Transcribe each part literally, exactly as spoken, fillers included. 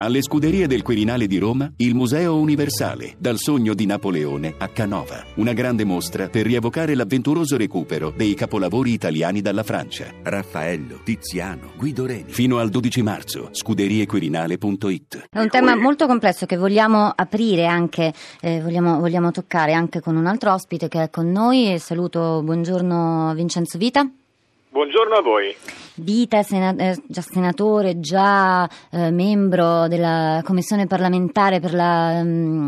Alle Scuderie del Quirinale di Roma, il Museo Universale, dal sogno di Napoleone a Canova. Una grande mostra per rievocare l'avventuroso recupero dei capolavori italiani dalla Francia. Raffaello, Tiziano, Guido Reni. Fino al dodici marzo, scuderiequirinale punto it. È un tema molto complesso che vogliamo aprire anche, eh, vogliamo, vogliamo toccare anche con un altro ospite che è con noi. Saluto, buongiorno Vincenzo Vita. Buongiorno a voi. Vita, sena- eh, già senatore, già eh, membro della Commissione parlamentare per la, um,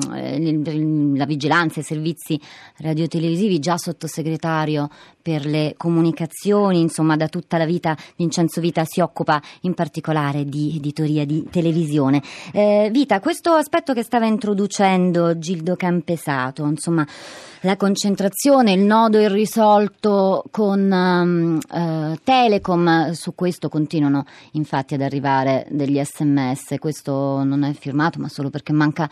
eh, la vigilanza e i servizi radiotelevisivi, già sottosegretario per le comunicazioni, insomma da tutta la vita Vincenzo Vita si occupa in particolare di editoria di televisione. Eh, Vita, questo aspetto che stava introducendo Gildo Campesato, insomma la concentrazione, il nodo irrisolto con um, uh, Telecom, su questo continuano infatti ad arrivare degli sms, questo non è firmato ma solo perché manca,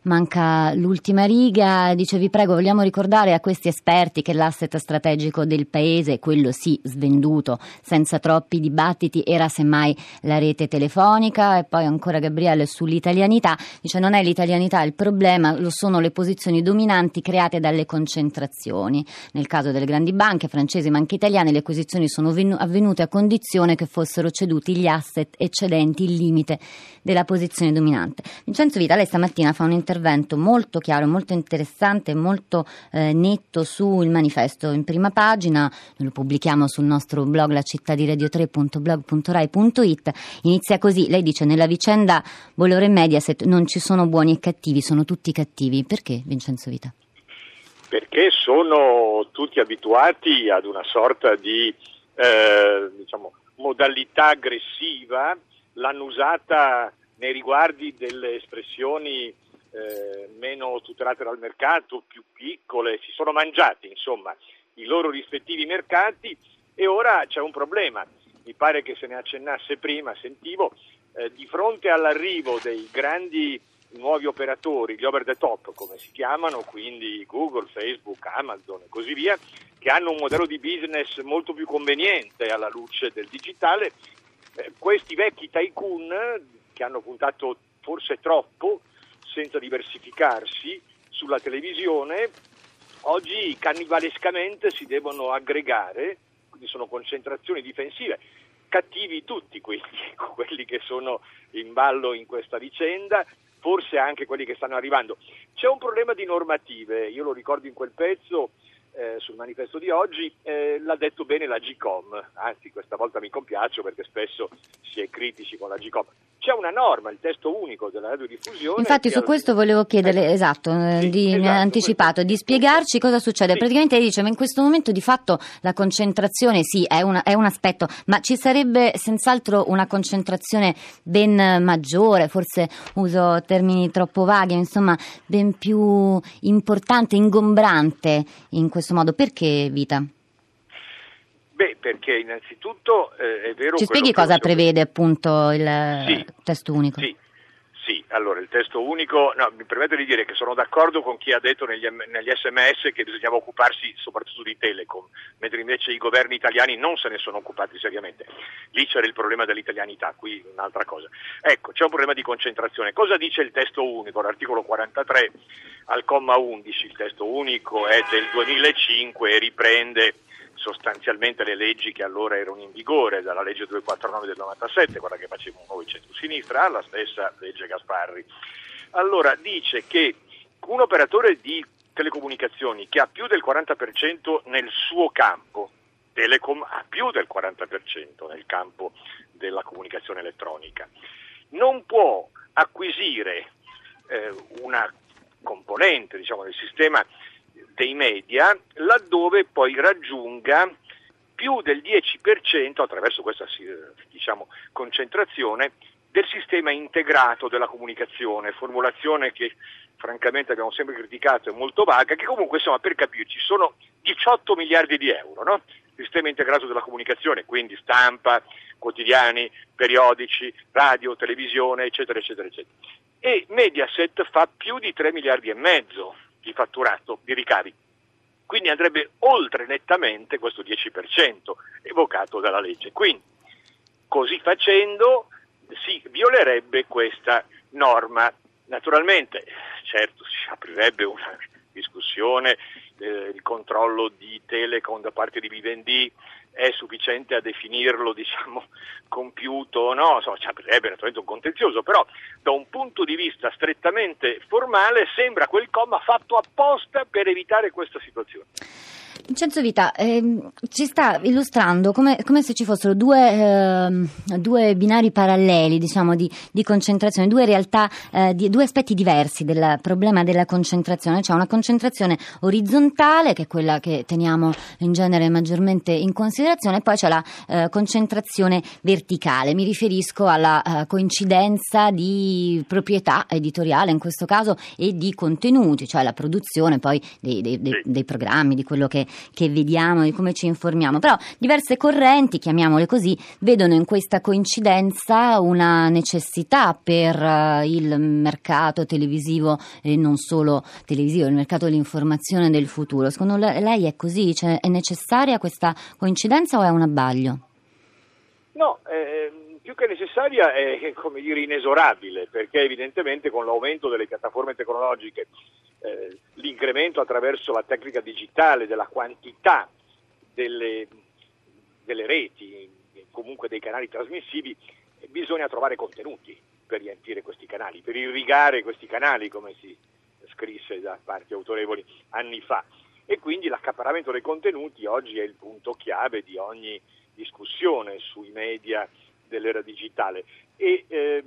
manca l'ultima riga. Dice: vi prego, vogliamo ricordare a questi esperti che l'asset strategico del paese, quello sì svenduto senza troppi dibattiti, era semmai la rete telefonica. E poi ancora Gabriele sull'italianità, dice: non è l'italianità il problema, lo sono le posizioni dominanti create dalle concentrazioni. Nel caso delle grandi banche francesi ma anche italiane, le acquisizioni sono avvenute a condizione che fossero ceduti gli asset eccedenti il limite della posizione dominante. Vincenzo Vita, lei stamattina fa un intervento molto chiaro, molto interessante, molto eh, netto sul Manifesto in prima pagina. Noi lo pubblichiamo sul nostro blog la città di radio tre punto blog punto rai punto it. Inizia così, lei dice: nella vicenda Bolloré Mediaset non ci sono buoni e cattivi, sono tutti cattivi. Perché, Vincenzo Vita? Perché sono tutti abituati ad una sorta di eh, diciamo modalità aggressiva, l'hanno usata nei riguardi delle espressioni eh, meno tutelate dal mercato, più piccole, si sono mangiati insomma i loro rispettivi mercati e ora c'è un problema. Mi pare che se ne accennasse prima, sentivo, eh, di fronte all'arrivo dei grandi nuovi operatori, gli over the top come si chiamano, quindi Google, Facebook, Amazon e così via, che hanno un modello di business molto più conveniente alla luce del digitale. Eh, questi vecchi tycoon che hanno puntato forse troppo senza diversificarsi sulla televisione, oggi cannibalescamente si devono aggregare, quindi sono concentrazioni difensive. Cattivi tutti quindi, quelli che sono in ballo in questa vicenda, forse anche quelli che stanno arrivando. C'è un problema di normative, io lo ricordo in quel pezzo eh, sul manifesto di oggi, eh, l'ha detto bene la Agcom, anzi questa volta mi compiaccio perché spesso si è critici con la Agcom. C'è una norma, il testo unico della radiodiffusione. Infatti su al... questo volevo chiederle, eh, esatto, sì, di esatto, anticipato, questo... di spiegarci cosa succede. Sì. Praticamente lei dice: ma in questo momento di fatto la concentrazione sì è, una, è un aspetto, ma ci sarebbe senz'altro una concentrazione ben maggiore, forse uso termini troppo vaghi, insomma ben più importante, ingombrante in questo modo. Perché, Vita? Beh, perché innanzitutto eh, è vero... Ci spieghi cosa prevede appunto il sì, testo unico? Sì, sì, allora il testo unico, no, mi permetto di dire che sono d'accordo con chi ha detto negli, negli sms che bisognava occuparsi soprattutto di Telecom, mentre invece i governi italiani non se ne sono occupati seriamente. Lì c'era il problema dell'italianità, qui un'altra cosa. Ecco, c'è un problema di concentrazione. Cosa dice il testo unico? L'articolo quarantatré al comma undici, il testo unico è del duemilacinque e riprende sostanzialmente le leggi che allora erano in vigore, dalla legge duecentoquarantanove del novantasette, quella che facevamo noi centro-sinistra, alla stessa legge Gasparri. Allora dice che un operatore di telecomunicazioni che ha più del quaranta per cento nel suo campo, Telecom ha più del quaranta per cento nel campo della comunicazione elettronica, non può acquisire eh, una componente, diciamo, del sistema dei media laddove poi raggiunga più del dieci per cento attraverso questa, diciamo, concentrazione del sistema integrato della comunicazione, formulazione che francamente abbiamo sempre criticato, è molto vaga, che comunque insomma per capirci sono diciotto miliardi di euro, no? Sistema integrato della comunicazione, quindi stampa, quotidiani, periodici, radio, televisione, eccetera, eccetera, eccetera. E Mediaset fa più di tre miliardi e mezzo di fatturato, di ricavi. Quindi andrebbe oltre nettamente questo dieci per cento evocato dalla legge. Quindi, così facendo, si violerebbe questa norma. Naturalmente, certo, si aprirebbe una discussione, eh, il controllo di Telecom da parte di Vivendi è sufficiente a definirlo, diciamo, compiuto o no, insomma, ci aprirebbe naturalmente un contenzioso, però da un punto di vista strettamente formale sembra quel comma fatto apposta per evitare questa situazione. Vincenzo Vita, ehm, ci sta illustrando come, come se ci fossero due, ehm, due binari paralleli, diciamo, di, di concentrazione, due realtà, eh, di, due aspetti diversi del problema della concentrazione. C'è una concentrazione orizzontale, che è quella che teniamo in genere maggiormente in considerazione, e poi c'è la eh, concentrazione verticale. Mi riferisco alla eh, coincidenza di proprietà editoriale, in questo caso, e di contenuti, cioè la produzione poi dei, dei, dei, dei programmi, di quello che che vediamo, di come ci informiamo. Però diverse correnti, chiamiamole così, vedono in questa coincidenza una necessità per uh, il mercato televisivo, e non solo televisivo, il mercato dell'informazione del futuro. Secondo lei è così? Cioè, è necessaria questa coincidenza o è un abbaglio? No, eh, più che necessaria è, come dire, inesorabile, perché evidentemente con l'aumento delle piattaforme tecnologiche, eh, l'incremento attraverso la tecnica digitale della quantità delle, delle reti, comunque dei canali trasmissivi, eh, bisogna trovare contenuti per riempire questi canali, per irrigare questi canali, come si scrisse da parti autorevoli anni fa. E quindi l'accaparramento dei contenuti oggi è il punto chiave di ogni discussione sui media dell'era digitale. E ehm,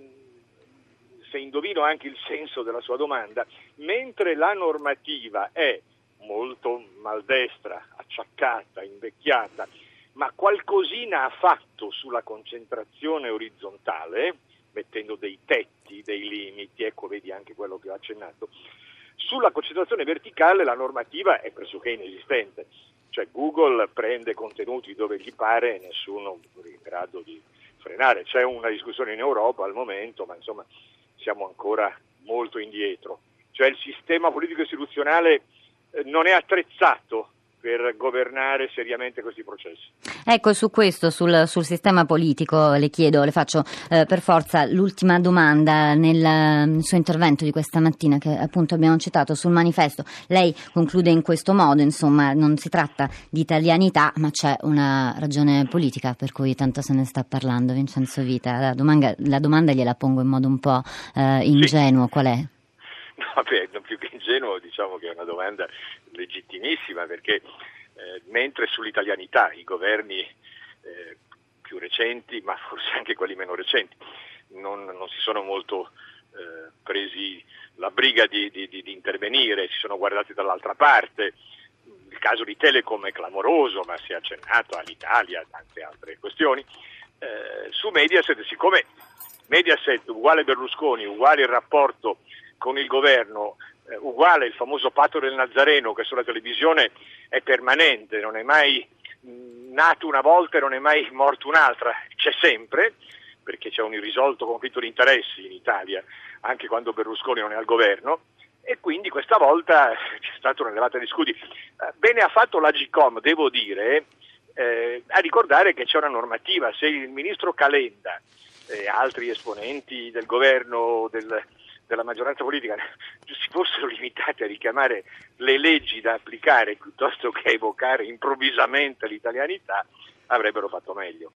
se indovino anche il senso della sua domanda, mentre la normativa è molto maldestra, acciaccata, invecchiata, ma qualcosina ha fatto sulla concentrazione orizzontale, mettendo dei tetti, dei limiti, ecco, vedi anche quello che ho accennato, sulla concentrazione verticale la normativa è pressoché inesistente. Cioè Google prende contenuti dove gli pare e nessuno è in grado di frenare. C'è una discussione in Europa al momento, ma insomma siamo ancora molto indietro. Cioè il sistema politico istituzionale eh, non è attrezzato per governare seriamente questi processi. Ecco, su questo, sul, sul sistema politico, le chiedo, le faccio eh, per forza l'ultima domanda. Nel suo intervento di questa mattina, che appunto abbiamo citato sul manifesto, lei conclude in questo modo, insomma, non si tratta di italianità, ma c'è una ragione politica per cui tanto se ne sta parlando. Vincenzo Vita, la domanda, la domanda gliela pongo in modo un po' eh, ingenuo, qual è? No, beh, non più che ingenuo, diciamo che è una domanda legittimissima, perché eh, mentre sull'italianità i governi eh, più recenti, ma forse anche quelli meno recenti, non, non si sono molto eh, presi la briga di, di, di intervenire, si sono guardati dall'altra parte. Il caso di Telecom è clamoroso, ma si è accennato all'Italia, a tante altre questioni. Eh, su Mediaset, siccome Mediaset uguale Berlusconi, uguale il rapporto con il governo, eh, uguale il famoso patto del Nazareno, che sulla televisione è permanente, non è mai mh, nato una volta e non è mai morto un'altra, c'è sempre, perché c'è un irrisolto conflitto di interessi in Italia, anche quando Berlusconi non è al governo, e quindi questa volta c'è stata un'elevata discussione. Eh, bene ha fatto l'Agcom, devo dire, eh, a ricordare che c'è una normativa. Se il ministro Calenda e altri esponenti del governo, del della maggioranza politica si fossero limitati a richiamare le leggi da applicare piuttosto che a evocare improvvisamente l'italianità, avrebbero fatto meglio.